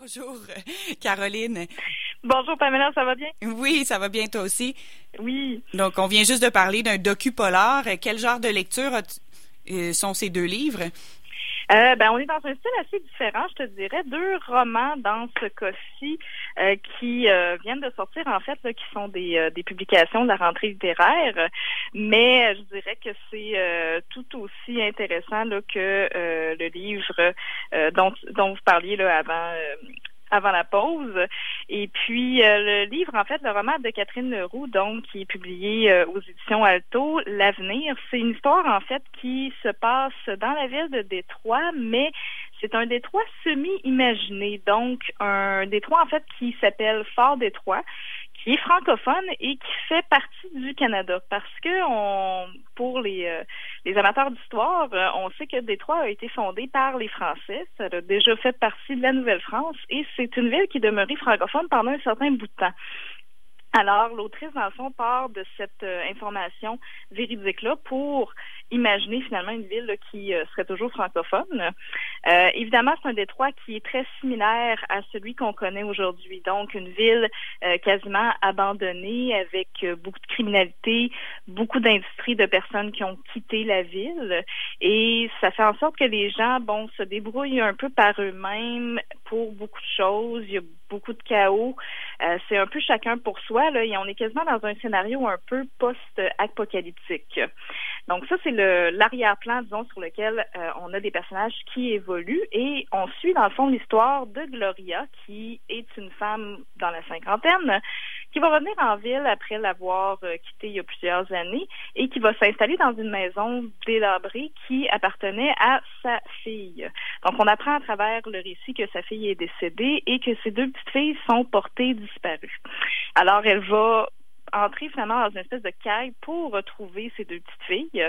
Bonjour, Caroline. Bonjour Pamela, ça va bien? Oui, ça va bien toi aussi. Oui. Donc, on vient juste de parler d'un docu-polar. Quel genre de lecture sont ces deux livres? On est dans un style assez différent, je te dirais. Deux romans dans ce cas-ci qui viennent de sortir, en fait, là, qui sont des publications de la rentrée littéraire. Mais je dirais que c'est tout aussi intéressant là, que le livre dont vous parliez là, avant la pause. Et puis, le livre, en fait, le roman de Catherine Leroux, donc, qui est publié aux éditions Alto, L'Avenir, c'est une histoire, en fait, qui se passe dans la ville de Détroit, mais c'est un Détroit semi-imaginé. Donc, un Détroit, en fait, qui s'appelle Fort-Détroit, qui est francophone et qui fait partie du Canada. Parce que pour les amateurs d'histoire, on sait que Détroit a été fondé par les Français. Ça a déjà fait partie de la Nouvelle-France et c'est une ville qui est demeurée francophone pendant un certain bout de temps. Alors, l'autrice, dans le fond, part de cette information véridique-là pour imaginer finalement une ville là, qui serait toujours francophone. Évidemment, c'est un Détroit qui est très similaire à celui qu'on connaît aujourd'hui. Donc, une ville quasiment abandonnée avec beaucoup de criminalité, beaucoup d'industries de personnes qui ont quitté la ville. Et ça fait en sorte que les gens, se débrouillent un peu par eux-mêmes pour beaucoup de choses. Il y a beaucoup de chaos. C'est un peu chacun pour soi, là, et on est quasiment dans un scénario un peu post-apocalyptique. Donc ça, c'est l'arrière-plan, disons, sur lequel on a des personnages qui évoluent et on suit, dans le fond, l'histoire de Gloria, qui est une femme dans la cinquantaine, qui va revenir en ville après l'avoir quittée il y a plusieurs années et qui va s'installer dans une maison délabrée qui appartenait à sa fille. Donc, on apprend à travers le récit que sa fille est décédée et que ses deux petites filles sont portées disparues. Alors, elle va entrer finalement dans une espèce de quête pour retrouver ses deux petites filles.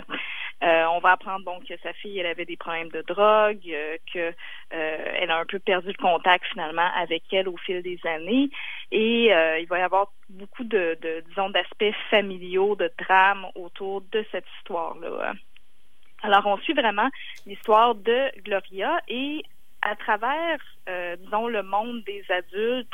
On va apprendre donc que sa fille, elle avait des problèmes de drogue, que elle a un peu perdu le contact finalement avec elle au fil des années. Et il va y avoir beaucoup disons, d'aspects familiaux, de drames autour de cette histoire-là. Alors, on suit vraiment l'histoire de Gloria et à travers, disons, le monde des adultes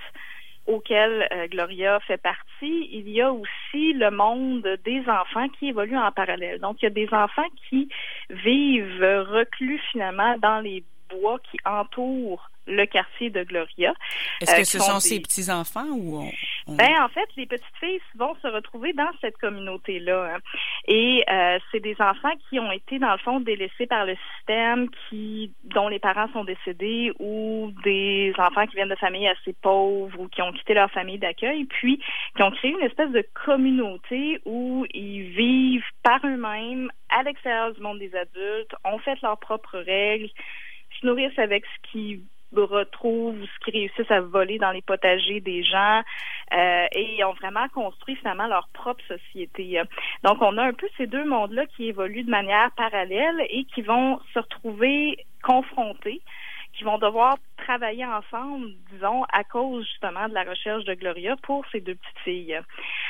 auquel Gloria fait partie, il y a aussi le monde des enfants qui évoluent en parallèle. Donc, il y a des enfants qui vivent reclus finalement dans les bois qui entourent le quartier de Gloria. Est-ce que ce sont ses petits-enfants ou en fait, les petites filles vont se retrouver dans cette communauté-là. Hein. Et c'est des enfants qui ont été, dans le fond, délaissés par le système, dont les parents sont décédés, ou des enfants qui viennent de familles assez pauvres ou qui ont quitté leur famille d'accueil, puis qui ont créé une espèce de communauté où ils vivent par eux-mêmes, à l'extérieur du monde des adultes, ont fait leurs propres règles, se nourrissent avec ce qu'ils retrouvent, ce qu'ils réussissent à voler dans les potagers des gens et ont vraiment construit finalement leur propre société. Donc, on a un peu ces deux mondes-là qui évoluent de manière parallèle et qui vont se retrouver confrontés, qui vont devoir travailler ensemble, disons, à cause justement de la recherche de Gloria pour ces deux petites filles.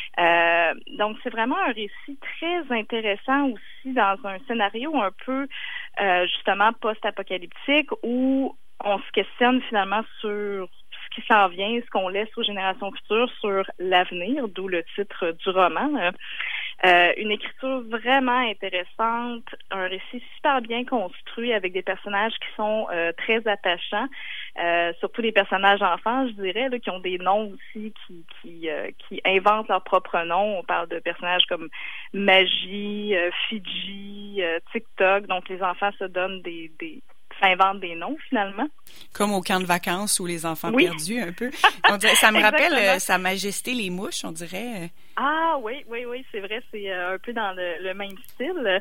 Donc, c'est vraiment un récit très intéressant aussi dans un scénario un peu justement post-apocalyptique où on se questionne finalement sur ce qui s'en vient, ce qu'on laisse aux générations futures sur l'avenir, d'où le titre du roman. Une écriture vraiment intéressante, un récit super bien construit avec des personnages qui sont très attachants, surtout les personnages enfants, je dirais, là, qui ont des noms aussi, qui inventent leurs propres noms. On parle de personnages comme Magie, Fidji, TikTok, donc les enfants se donnent s'inventent des noms, finalement. Comme au camp de vacances où les enfants perdus, un peu. Ça me rappelle Sa Majesté les mouches, on dirait. Ah oui, c'est vrai, c'est un peu dans le même style.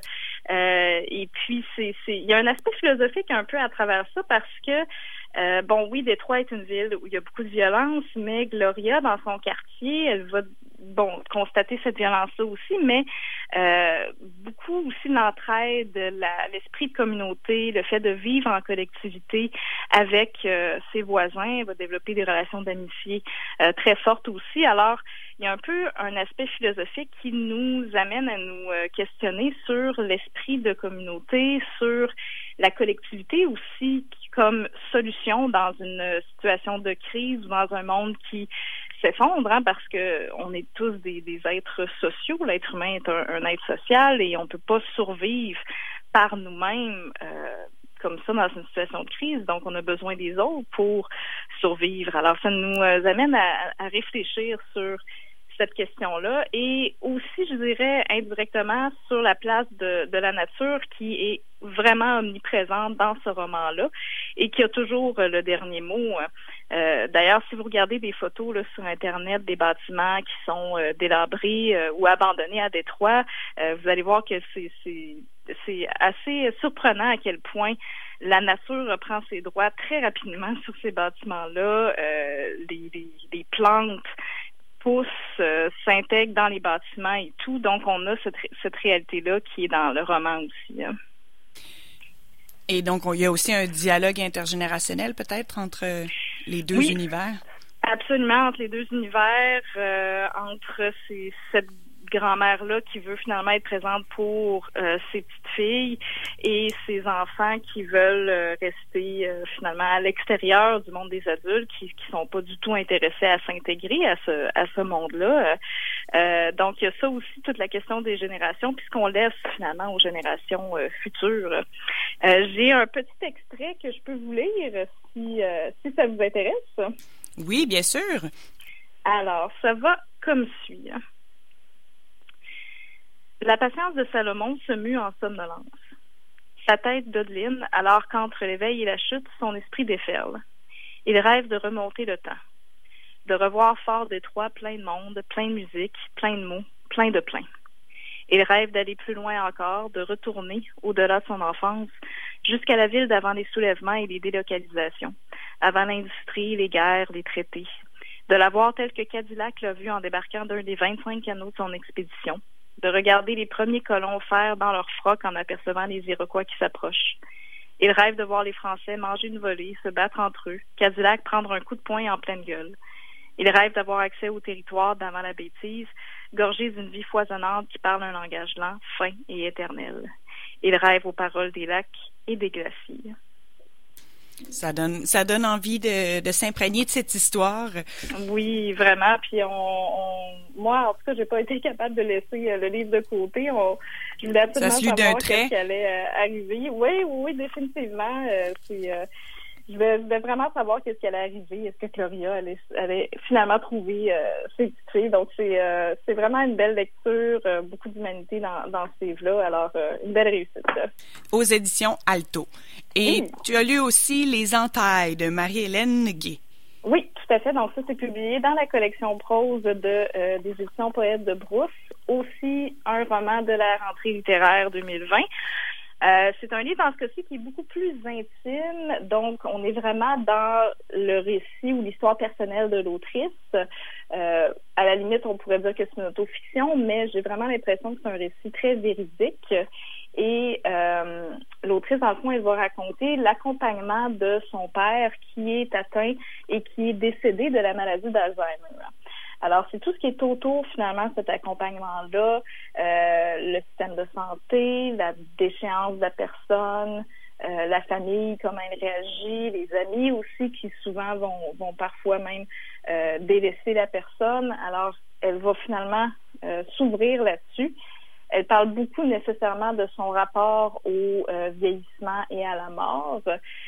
Et puis, il y a un aspect philosophique un peu à travers ça parce que, Détroit est une ville où il y a beaucoup de violence, mais Gloria, dans son quartier, elle va constater cette violence-là aussi, mais beaucoup aussi l'entraide, l'esprit de communauté, le fait de vivre en collectivité avec ses voisins, elle va développer des relations d'amitié très fortes aussi. Alors, il y a un peu un aspect philosophique qui nous amène à nous questionner sur l'esprit de communauté, sur la collectivité aussi comme solution dans une situation de crise ou dans un monde qui s'effondre, hein, parce que on est tous des êtres sociaux. L'être humain est un être social et on peut pas survivre par nous-mêmes comme ça dans une situation de crise. Donc, on a besoin des autres pour survivre. Alors, ça nous amène à réfléchir sur cette question-là et aussi, je dirais, indirectement sur la place de la nature qui est vraiment omniprésente dans ce roman-là et qui a toujours le dernier mot. D'ailleurs, si vous regardez des photos là, sur Internet des bâtiments qui sont délabrés ou abandonnés à Détroit, vous allez voir que c'est assez surprenant à quel point la nature reprend ses droits très rapidement sur ces bâtiments-là. Les plantes poussent, s'intègrent dans les bâtiments et tout. Donc, on a cette réalité-là qui est dans le roman aussi. Hein. Et donc, il y a aussi un dialogue intergénérationnel peut-être entre les deux univers? Absolument, entre les deux univers, entre cette grand-mère-là qui veut finalement être présente pour ses petites filles et ses enfants qui veulent rester finalement à l'extérieur du monde des adultes, qui sont pas du tout intéressés à s'intégrer à ce monde-là. Donc il y a ça aussi, toute la question des générations, puisqu'on laisse finalement aux générations futures. J'ai un petit extrait que je peux vous lire si ça vous intéresse. Oui, bien sûr. Alors, ça va comme suit. La patience de Salomon se mue en somnolence. Sa tête dodeline, alors qu'entre l'éveil et la chute, son esprit déferle. Il rêve de remonter le temps, de revoir Fort Détroit plein de monde, plein de musique, plein de mots, plein de plein. Il rêve d'aller plus loin encore, de retourner au-delà de son enfance, jusqu'à la ville d'avant les soulèvements et les délocalisations, avant l'industrie, les guerres, les traités, de la voir telle que Cadillac l'a vue en débarquant d'un des 25 canots de son expédition, de regarder les premiers colons faire dans leur froc en apercevant les Iroquois qui s'approchent. Il rêve de voir les Français manger une volée, se battre entre eux, Cadillac prendre un coup de poing en pleine gueule. Il rêve d'avoir accès au territoire d'avant la bêtise, gorgé d'une vie foisonnante qui parle un langage lent, fin et éternel. Il rêve aux paroles des lacs et des glaciers. Ça donne envie de s'imprégner de cette histoire. Oui, vraiment. Puis moi, en tout cas, j'ai pas été capable de laisser le livre de côté. Je voulais absolument savoir qu'est-ce qui allait arriver. Oui, définitivement. Je voulais vraiment savoir qu'est-ce qui allait arriver. Est-ce que Gloria allait finalement trouver ses petites filles. Donc, c'est vraiment une belle lecture, beaucoup d'humanité dans ce livre-là. Alors, une belle réussite. Aux éditions Alto. Et oui. Tu as lu aussi Les Entailles de Marie-Hélène Gué. Oui, tout à fait. Donc, ça, c'est publié dans la collection prose des éditions Poètes de Brousse. Aussi, un roman de la rentrée littéraire 2020. C'est un livre, dans ce cas-ci, qui est beaucoup plus intime. Donc, on est vraiment dans le récit ou l'histoire personnelle de l'autrice. À la limite, on pourrait dire que c'est une autofiction, mais j'ai vraiment l'impression que c'est un récit très véridique. Et l'autrice, dans le fond, elle va raconter l'accompagnement de son père qui est atteint et qui est décédé de la maladie d'Alzheimer. Alors, c'est tout ce qui est autour, finalement, de cet accompagnement-là, le système de santé, la déchéance de la personne, la famille, comment elle réagit, les amis aussi qui souvent vont parfois même délaisser la personne. Alors, elle va finalement s'ouvrir là-dessus. Elle parle beaucoup nécessairement de son rapport au vieillissement et à la mort.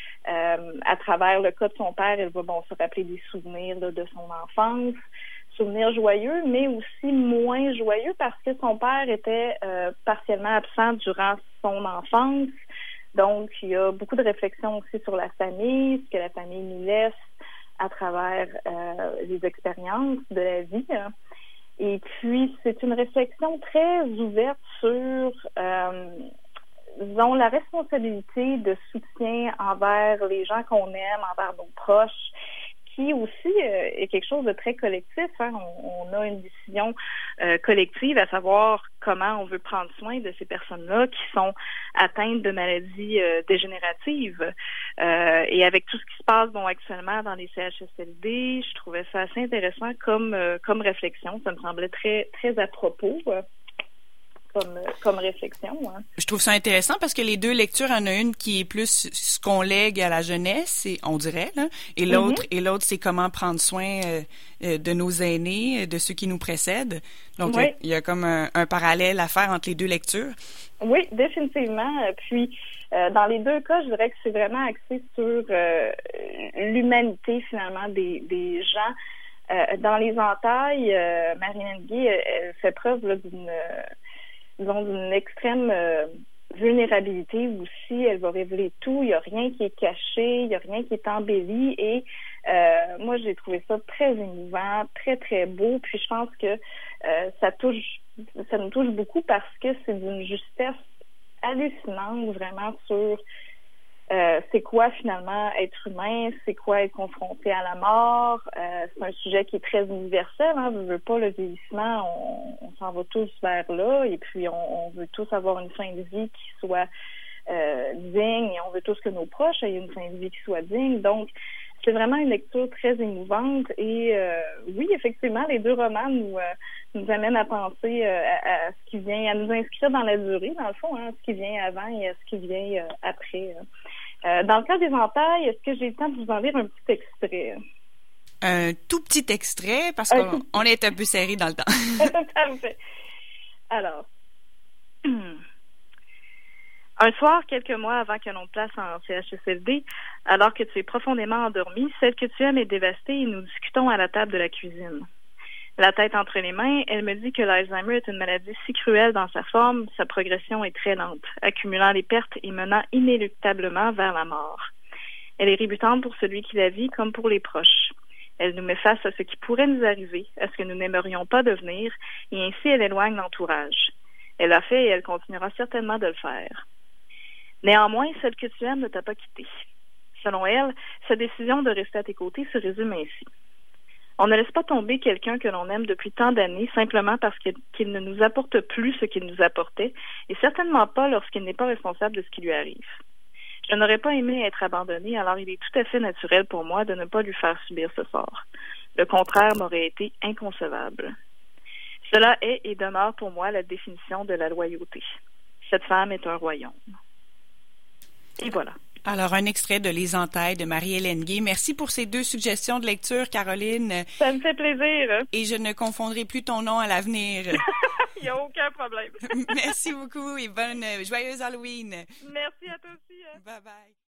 À travers le cas de son père, elle va se rappeler des souvenirs de son enfance, souvenirs joyeux, mais aussi moins joyeux parce que son père était partiellement absent durant son enfance. Donc, il y a beaucoup de réflexions aussi sur la famille, ce que la famille nous laisse à travers les expériences de la vie. Et puis, c'est une réflexion très ouverte sur, disons, la responsabilité de soutien envers les gens qu'on aime, envers nos proches, qui aussi est quelque chose de très collectif. Hein. On a une décision collective à savoir comment on veut prendre soin de ces personnes-là qui sont atteintes de maladies dégénératives. Et avec tout ce qui se passe actuellement dans les CHSLD, je trouvais ça assez intéressant comme réflexion. Ça me semblait très, très à propos. comme réflexion. Hein. Je trouve ça intéressant parce que les deux lectures, il y en a une qui est plus ce qu'on lègue à la jeunesse, on dirait, là, et l'autre, c'est comment prendre soin de nos aînés, de ceux qui nous précèdent. Donc, il y a comme un parallèle à faire entre les deux lectures. Oui, définitivement. Puis, dans les deux cas, je dirais que c'est vraiment axé sur l'humanité, finalement, des gens. Dans les entailles, Marie-Hélène Guy, elle fait preuve là, d'une extrême vulnérabilité aussi. Elle va révéler tout. Il n'y a rien qui est caché, il n'y a rien qui est embelli. Et moi, j'ai trouvé ça très émouvant, très, très beau. Puis je pense que ça nous touche beaucoup parce que c'est d'une justesse hallucinante, vraiment, sur c'est quoi finalement être humain, c'est quoi être confronté à la mort. C'est un sujet qui est très universel, hein. On veut pas le vieillissement, on s'en va tous vers là, et puis on veut tous avoir une fin de vie qui soit digne, et on veut tous que nos proches aient une fin de vie qui soit digne. Donc c'est vraiment une lecture très émouvante et oui, effectivement, les deux romans nous amènent à penser à ce qui vient, à nous inscrire dans la durée, dans le fond, hein, ce qui vient avant et à ce qui vient après. Dans le cas des entailles, est-ce que j'ai le temps de vous en lire un petit extrait? Un tout petit extrait, parce qu'on est un peu serré dans le temps. Tout à fait. Alors, un soir, quelques mois avant que l'on te place en CHSLD, alors que tu es profondément endormi, celle que tu aimes est dévastée et nous discutons à la table de la cuisine. La tête entre les mains, elle me dit que l'Alzheimer est une maladie si cruelle dans sa forme, sa progression est très lente, accumulant les pertes et menant inéluctablement vers la mort. Elle est rébutante pour celui qui la vit comme pour les proches. Elle nous met face à ce qui pourrait nous arriver, à ce que nous n'aimerions pas devenir, et ainsi elle éloigne l'entourage. Elle l'a fait et elle continuera certainement de le faire. Néanmoins, celle que tu aimes ne t'a pas quitté. Selon elle, sa décision de rester à tes côtés se résume ainsi. On ne laisse pas tomber quelqu'un que l'on aime depuis tant d'années simplement parce qu'il ne nous apporte plus ce qu'il nous apportait, et certainement pas lorsqu'il n'est pas responsable de ce qui lui arrive. Je n'aurais pas aimé être abandonnée, alors il est tout à fait naturel pour moi de ne pas lui faire subir ce sort. Le contraire m'aurait été inconcevable. Cela est et demeure pour moi la définition de la loyauté. Cette femme est un royaume. Et voilà. Alors, un extrait de Les Entailles de Marie-Hélène Guy. Merci pour ces deux suggestions de lecture, Caroline. Ça me fait plaisir. Et je ne confondrai plus ton nom à l'avenir. Il n'y a aucun problème. Merci beaucoup et joyeuse Halloween. Merci à toi aussi. Bye bye.